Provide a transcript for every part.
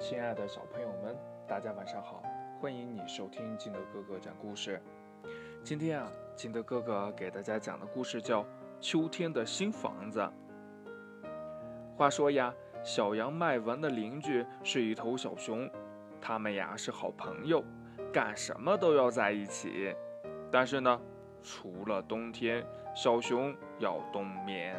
亲爱的小朋友们，大家晚上好！欢迎你收听金德哥哥讲故事。今天金德哥哥给大家讲的故事叫《秋天的新房子》。话说小羊麦文的邻居是一头小熊，他们是好朋友，干什么都要在一起。但是呢，除了冬天，小熊要冬眠。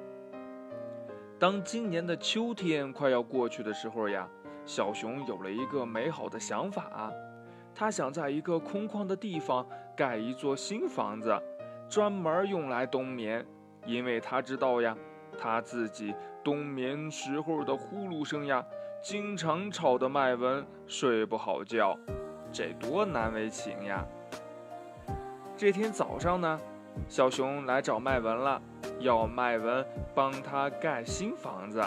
当今年的秋天快要过去的时候小熊有了一个美好的想法，他想在一个空旷的地方盖一座新房子，专门用来冬眠。因为他知道他自己冬眠时候的呼噜声经常吵得麦文睡不好觉，这多难为情呀！这天早上呢，小熊来找麦文了，要麦文帮他盖新房子。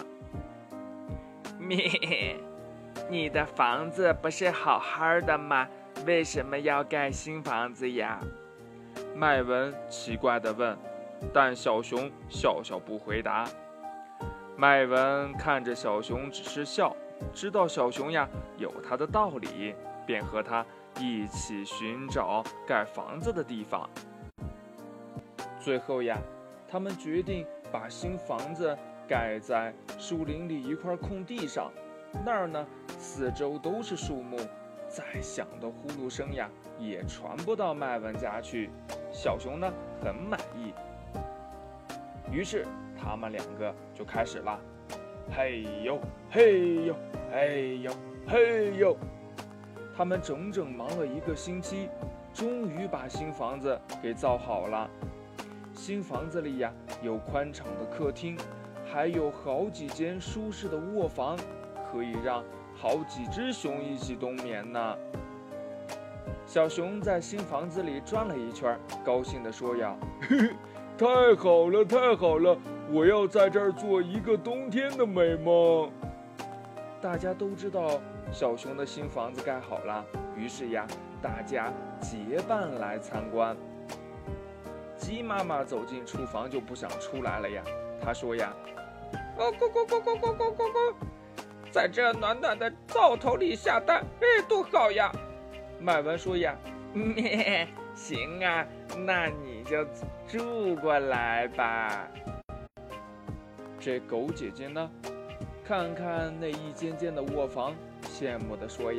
咩，你的房子不是好好的吗？为什么要盖新房子呀？ 麦文奇怪地问，但小熊笑笑不回答。麦文看着小熊只是笑，知道小熊有他的道理，便和他一起寻找盖房子的地方。最后他们决定把新房子盖在树林里一块空地上，那儿呢四周都是树木，再响的呼噜声也传不到麦文家去。小熊呢很满意，于是他们两个就开始了，嘿呦嘿呦嘿呦嘿呦。他们整整忙了1个星期，终于把新房子给造好了。新房子里有宽敞的客厅，还有好几间舒适的卧房，可以让好几只熊一起冬眠呢。小熊在新房子里转了一圈，高兴地说嘿嘿，太好了太好了，我要在这儿做一个冬天的美梦。大家都知道小熊的新房子盖好了，于是大家结伴来参观。鸡妈妈走进厨房就不想出来了她说咕咕咕咕咕咕咕咕咕， 在这暖暖的灶头里下蛋，多好呀！ 麦文说咩，行啊，那你就住过来吧。 这狗姐姐呢，看看那一间间的卧房，羡慕地说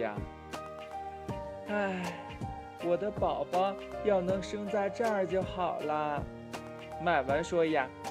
唉，我的宝宝要能生在这儿就好了。 麦文说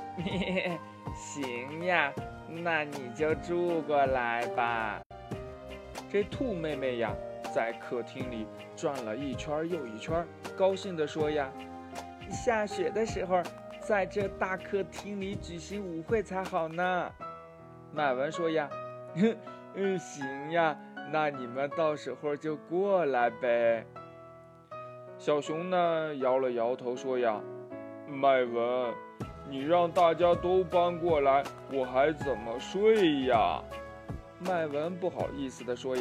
行呀，那你就住过来吧。 这兔妹妹在客厅里转了一圈又一圈，高兴地说下雪的时候在这大客厅里举行舞会才好呢。 麦文说行呀，那你们到时候就过来呗。 小熊呢摇了摇头说麦文，你让大家都搬过来，我还怎么睡呀？麦文不好意思地说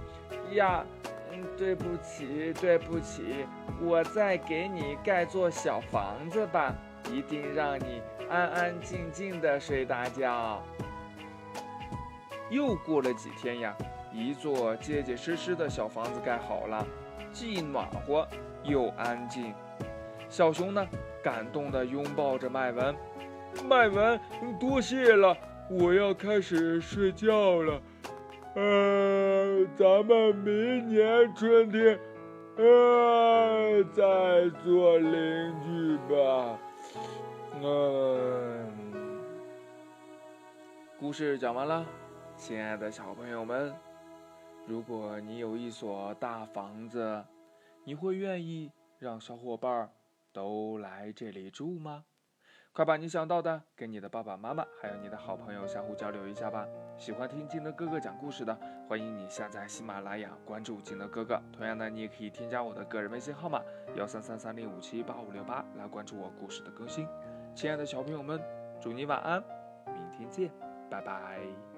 对不起，我再给你盖座小房子吧，一定让你安安静静的睡大觉。 又过了几天一座结结实实的小房子盖好了，既暖和又安静。小熊呢感动地拥抱着麦文，麦文，多谢了，我要开始睡觉了。咱们明年春天再做邻居吧。故事讲完了，亲爱的小朋友们，如果你有一所大房子，你会愿意让小伙伴都来这里住吗？快把你想到的跟你的爸爸妈妈还有你的好朋友相互交流一下吧。喜欢听金德哥哥讲故事的，欢迎你下载喜马拉雅，关注金德哥哥。同样的，你也可以添加我的个人微信号码13330578568来关注我故事的更新。亲爱的小朋友们，祝你晚安，明天见，拜拜。